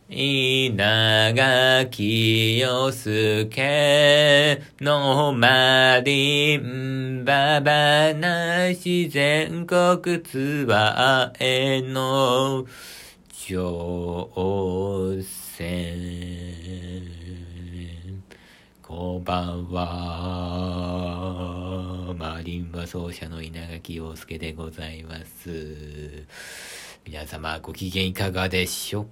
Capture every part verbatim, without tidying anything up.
稲垣陽介のマリンバ話全国ツアーへの挑戦。こんばんは。マリンバ奏者の稲垣陽介でございます。皆様ご機嫌いかがでしょう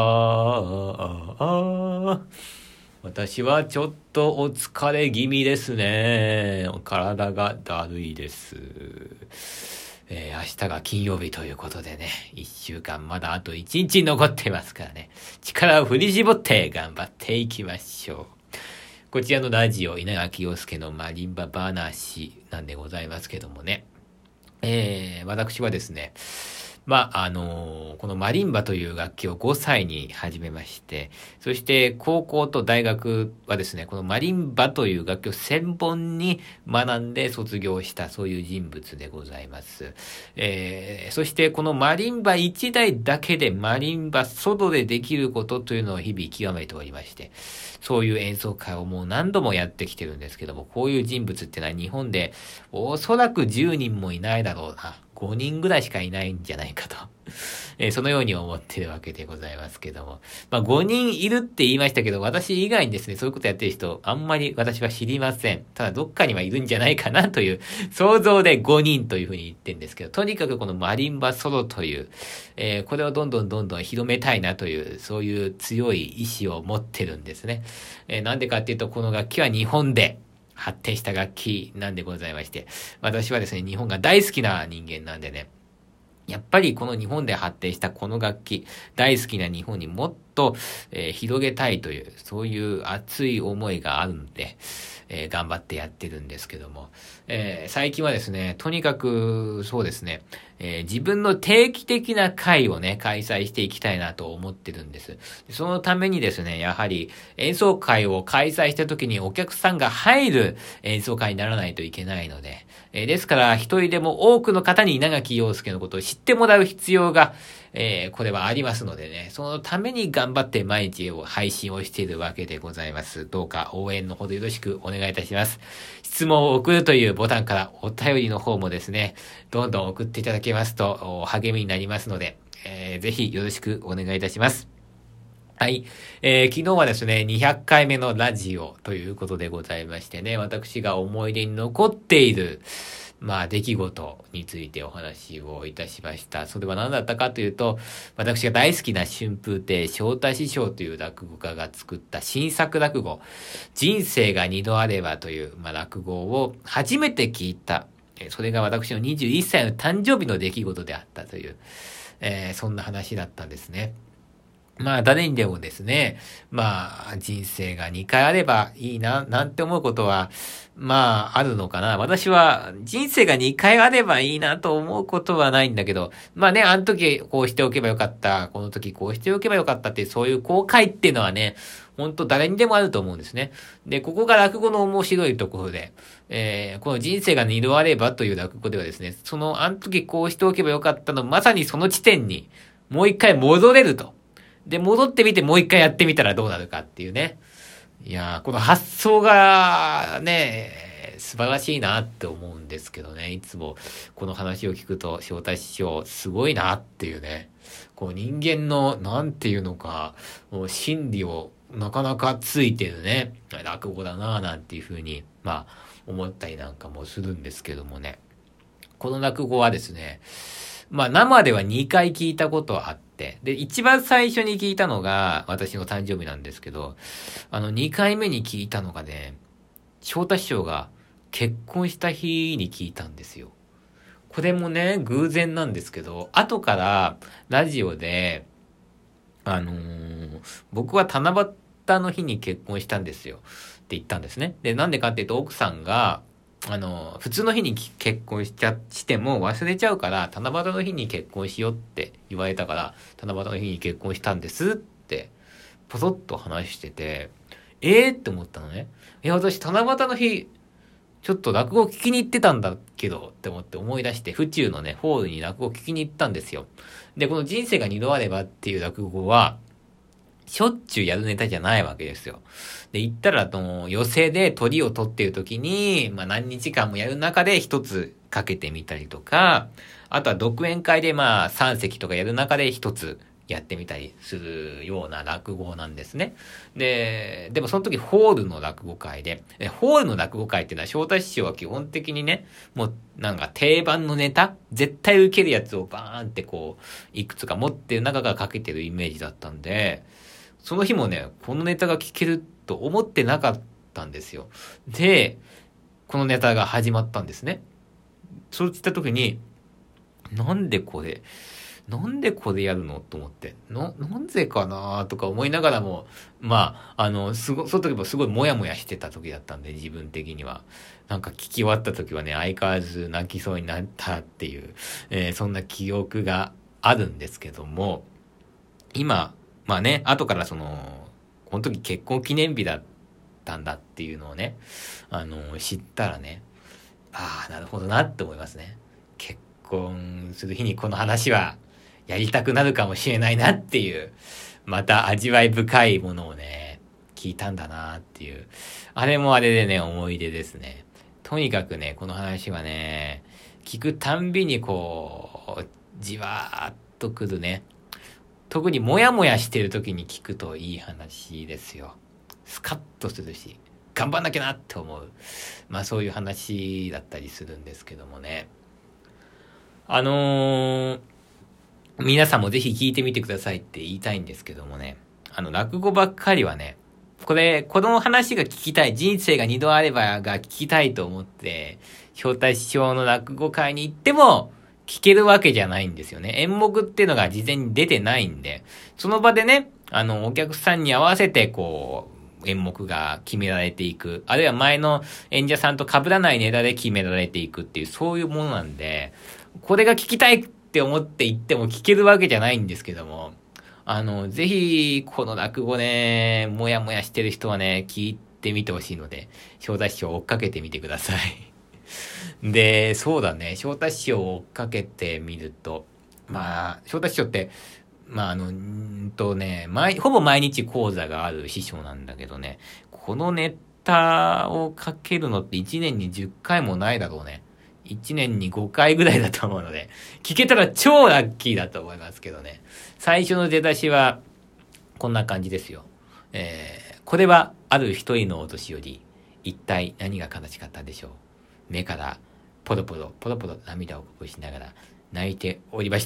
か。私はちょっとお疲れ気味ですね。体がだるいです。えー、明日が金曜日ということでね、一週間まだあと一日残ってますからね、力を振り絞って頑張っていきましょう。こちらのラジオ、稲垣陽介のマリンバ話なんでございますけどもね。えー、私はですね、まあ、あのー、このマリンバという楽器をごさいに始めまして、そして高校と大学はですね、このマリンバという楽器を専門に学んで卒業した、そういう人物でございます。えー、そしてこのマリンバいちだいだけでマリンバソロでできることというのを日々極めておりまして、そういう演奏会をもう何度もやってきてるんですけども、こういう人物ってのは日本でおそらくじゅうにんもいないだろうな。ごにんぐらいしかいないんじゃないかと、えー、そのように思ってるわけでございますけども。まあごにんいるって言いましたけど、私以外にですね、そういうことやってる人、あんまり私は知りません。ただどっかにはいるんじゃないかなという想像でごにんというふうに言ってるんですけど、とにかくこのマリンバソロという、えー、これをどんどんどんどん広めたいなという、そういう強い意志を持ってるんですね。えー、なんでかっていうと、この楽器は日本で発展した楽器なんでございまして、私はですね、日本が大好きな人間なんでね、やっぱりこの日本で発展したこの楽器、大好きな日本にもっと、えー、広げたいという、そういう熱い思いがあるんで、えー、頑張ってやってるんですけども、えー、最近はですね、とにかくそうですね、えー、自分の定期的な会をね、開催していきたいなと思ってるんです。そのためにですね、やはり演奏会を開催した時にお客さんが入る演奏会にならないといけないので、えー、ですから一人でも多くの方に稲垣陽介のことを知ってもらう必要が、えー、これはありますのでね、そのために頑張って毎日を配信をしているわけでございます。どうか応援のほどよろしくお願いいたします。質問を送るというボタンからお便りの方もですね、どんどん送っていただけますと励みになりますので、えー、ぜひよろしくお願いいたします。はい、えー。昨日はですね、にひゃっかいめのラジオということでございましてね、私が思い出に残っている、まあ、出来事についてお話をいたしました。それは何だったかというと、私が大好きな春風亭昇太師匠という落語家が作った新作落語、人生が二度あればという、まあ、落語を初めて聞いた。それが私のにじゅういっさいの誕生日の出来事であったという、えー、そんな話だったんですね。まあ誰にでもですね、まあ人生がにかいあればいいな、なんて思うことは、まああるのかな。私は人生がにかいあればいいなと思うことはないんだけど、まあね、あの時こうしておけばよかった、この時こうしておけばよかったってそういう後悔っていうのはね、本当誰にでもあると思うんですね。で、ここが落語の面白いところで、えー、この人生が二度あればという落語ではですね、そのあの時こうしておけばよかったの、まさにその地点にもう一回戻れると。で、戻ってみてもう一回やってみたらどうなるかっていうね。いやー、この発想がね、素晴らしいなって思うんですけどね。いつもこの話を聞くと、昇太師匠、すごいなっていうね。こう人間の、なんていうのか、もう心理をなかなかついてるね、落語だななんていうふうに、まあ、思ったりなんかもするんですけどもね。この落語はですね、まあ生ではにかい聞いたことあって、で、一番最初に聞いたのが私の誕生日なんですけど、あのにかいめに聞いたのがね、昇太師匠が結婚した日に聞いたんですよ。これもね、偶然なんですけど、後からラジオで、あのー、僕は七夕の日に結婚したんですよって言ったんですね。で、なんでかっていうと奥さんが、あの、普通の日に結婚しちゃ、しても忘れちゃうから、七夕の日に結婚しようって言われたから、七夕の日に結婚したんですって、ポソッと話してて、えーって思ったのね。いや、私、七夕の日、ちょっと落語聞きに行ってたんだけど、って思って思い出して、府中のね、ホールに落語聞きに行ったんですよ。で、この人生が二度あればっていう落語は、 しょっちゅうやるネタじゃないわけですよ。で、言ったら、あの、寄席で鳥を取っている時に、まあ何日間もやる中で一つかけてみたりとか、あとは独演会でまあさん席とかやる中で一つやってみたりするような落語なんですね。で、でもその時ホールの落語会で、ホールの落語会っていうのは翔太師匠は基本的にね、もうなんか定番のネタ、絶対受けるやつをバーンってこう、いくつか持ってる中からかけてるイメージだったんで、その日もね、このネタが聞けると思ってなかったんですよ。で、このネタが始まったんですね。そういった時に、なんでこれ、なんでこれやるのと思って、な、なんでかなとか思いながらも、まあ、あの、すご、その時もすごいモヤモヤしてた時だったんで、自分的には。なんか聞き終わった時はね、相変わらず泣きそうになったっていう、えー、そんな記憶があるんですけども、今、まあね、後からその、この時結婚記念日だったんだっていうのをね、あの、知ったらね、ああ、なるほどなって思いますね。結婚する日にこの話はやりたくなるかもしれないなっていう、また味わい深いものをね、聞いたんだなっていう、あれもあれでね、思い出ですね。とにかくね、この話はね、聞くたんびにこう、じわーっとくるね。特にモヤモヤしてる時に聞くといい話ですよ。スカッとするし、頑張んなきゃなって思う。まあそういう話だったりするんですけどもね。あのー、皆さんもぜひ聞いてみてくださいって言いたいんですけどもね。あの、落語ばっかりはね、これ、この話が聞きたい、人生が二度あればが聞きたいと思って、昇太師匠の落語会に行っても、聞けるわけじゃないんですよね。演目っていうのが事前に出てないんで、その場でね、あの、お客さんに合わせて、こう、演目が決められていく。あるいは前の演者さんと被らないネタで決められていくっていう、そういうものなんで、これが聞きたいって思って行っても聞けるわけじゃないんですけども、あの、ぜひ、この落語ね、もやもやしてる人はね、聞いてみてほしいので、昇太師匠を追っかけてみてください。で、そうだね、昇太師匠を追っかけてみると、まあ、昇太師匠って、まあ、あの、んとね、毎、ほぼ毎日講座がある師匠なんだけどね、このネタをかけるのっていちねんにじゅっかいもないだろうね。いちねんにごかいぐらいだと思うので、聞けたら超ラッキーだと思いますけどね。最初の出だしは、こんな感じですよ。えー、これは、ある一人のお年寄り、一体何が悲しかったでしょう。目から、ポロポロ、ポロポロ涙をこぼしながら、泣いておりまして、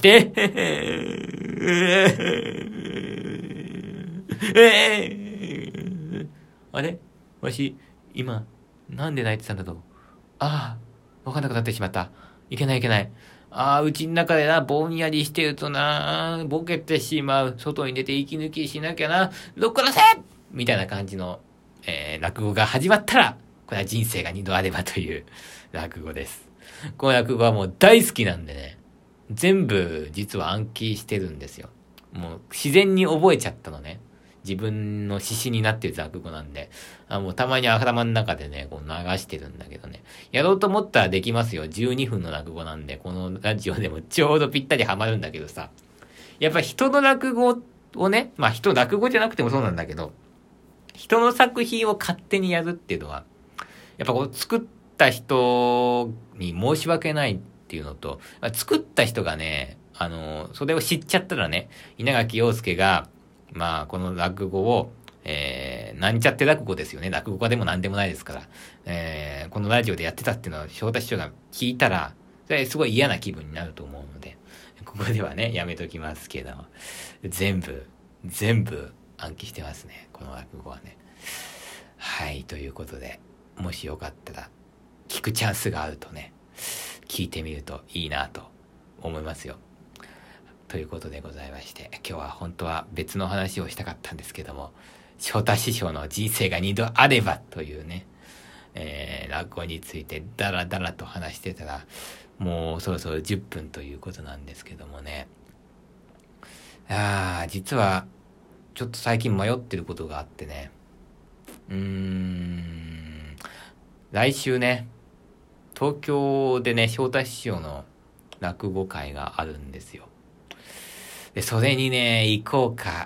あれわし、今、なんで泣いてたんだと。ああ、わかんなくなってしまった。いけないいけない。ああ、うちの中でな、ぼんやりしてるとな、ボケてしまう。外に出て息抜きしなきゃな。どっからせみたいな感じの、えー、落語が始まったら、これは人生が二度あればという落語です。この落語はもう大好きなんでね、全部実は暗記してるんですよ。もう自然に覚えちゃったのね。自分の獅子になってる落語なんで、あもうたまに頭の中でね、こう流してるんだけどね。やろうと思ったらできますよ。じゅうにふんの落語なんで、このラジオでもちょうどぴったりハマるんだけどさ。やっぱ人の落語をね、まあ人落語じゃなくてもそうなんだけど、人の作品を勝手にやるっていうのは、やっぱこう作った人に申し訳ないっていうのと、作った人がね、あの、それを知っちゃったらね、稲垣陽介が、まあ、この落語を、えー、なんちゃって落語ですよね。落語家でもなんでもないですから。えー、このラジオでやってたっていうのを翔太師匠が聞いたら、それすごい嫌な気分になると思うので、ここではね、やめときますけど、全部、全部暗記してますね。この落語はね。はい、ということで、もしよかったら、聞くチャンスがあるとね、聞いてみるといいなと思いますよ。ということでございまして、今日は本当は別の話をしたかったんですけども、翔太師匠の人生が二度あればというね、えー、落語についてダラダラと話してたら、もうそろそろじゅっぷんということなんですけどもね。あー、実は、ちょっと最近迷ってることがあってね、うーん、来週ね、東京でね、翔太師匠の落語会があるんですよ。で、それにね、行こうか、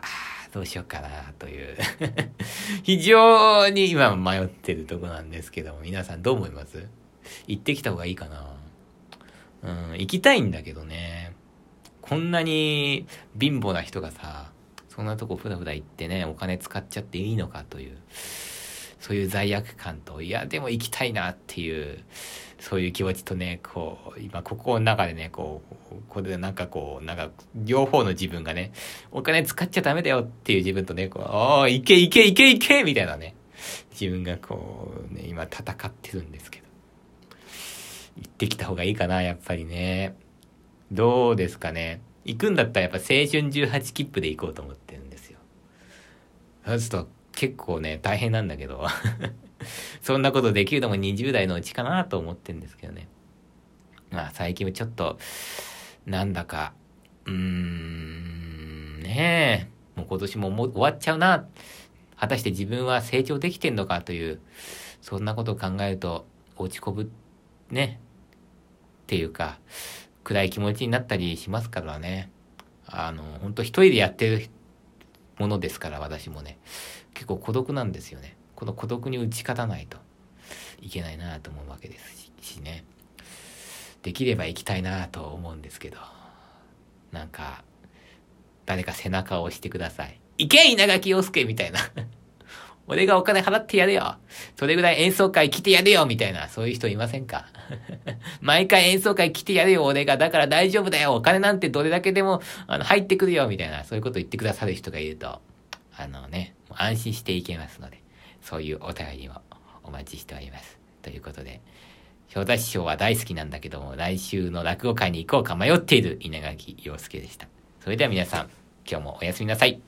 どうしようかなという非常に今迷ってるとこなんですけども、皆さんどう思います？行ってきた方がいいかな。うん、行きたいんだけどね。こんなに貧乏な人がさ、そんなとこふらふら行ってね、お金使っちゃっていいのかという、そういう罪悪感と、いやでも行きたいなっていう、そういう気持ちとね、こう、今ここの中でね、こう、これでなんかこう、なんか、両方の自分がね、お金使っちゃダメだよっていう自分とね、こう、ああ、いけいけいけいけみたいなね、自分がこう、ね、今戦ってるんですけど。行ってきた方がいいかな、やっぱりね。どうですかね。行くんだったらやっぱ青春じゅうはち切符で行こうと思ってるんですよ。そうすると結構ね、大変なんだけど。そんなことできるのもにじゅう代のうちかなと思ってるんですけどね。まあ最近もちょっと、なんだか、うーん、ねえ、もう今年ももう終わっちゃうな。果たして自分は成長できてんのかという、そんなことを考えると落ち込む、ね。っていうか、暗い気持ちになったりしますからね。あの、本当一人でやってるものですから、私もね。結構孤独なんですよね。この孤独に打ち勝たないといけないなと思うわけですしね。できれば行きたいなと思うんですけど。なんか、誰か背中を押してください。行け稲垣陽介みたいな。俺がお金払ってやるよ。それぐらい演奏会来てやるよみたいな、そういう人いませんか？毎回演奏会来てやるよ、俺が。だから大丈夫だよ。お金なんてどれだけでもあの入ってくるよ、みたいな、そういうこと言ってくださる人がいると、あのね、安心していけますので、そういうお便りもお待ちしております。ということで、昇太師匠は大好きなんだけども、来週の落語会に行こうか迷っている稲垣陽介でした。それでは皆さん、今日もおやすみなさい。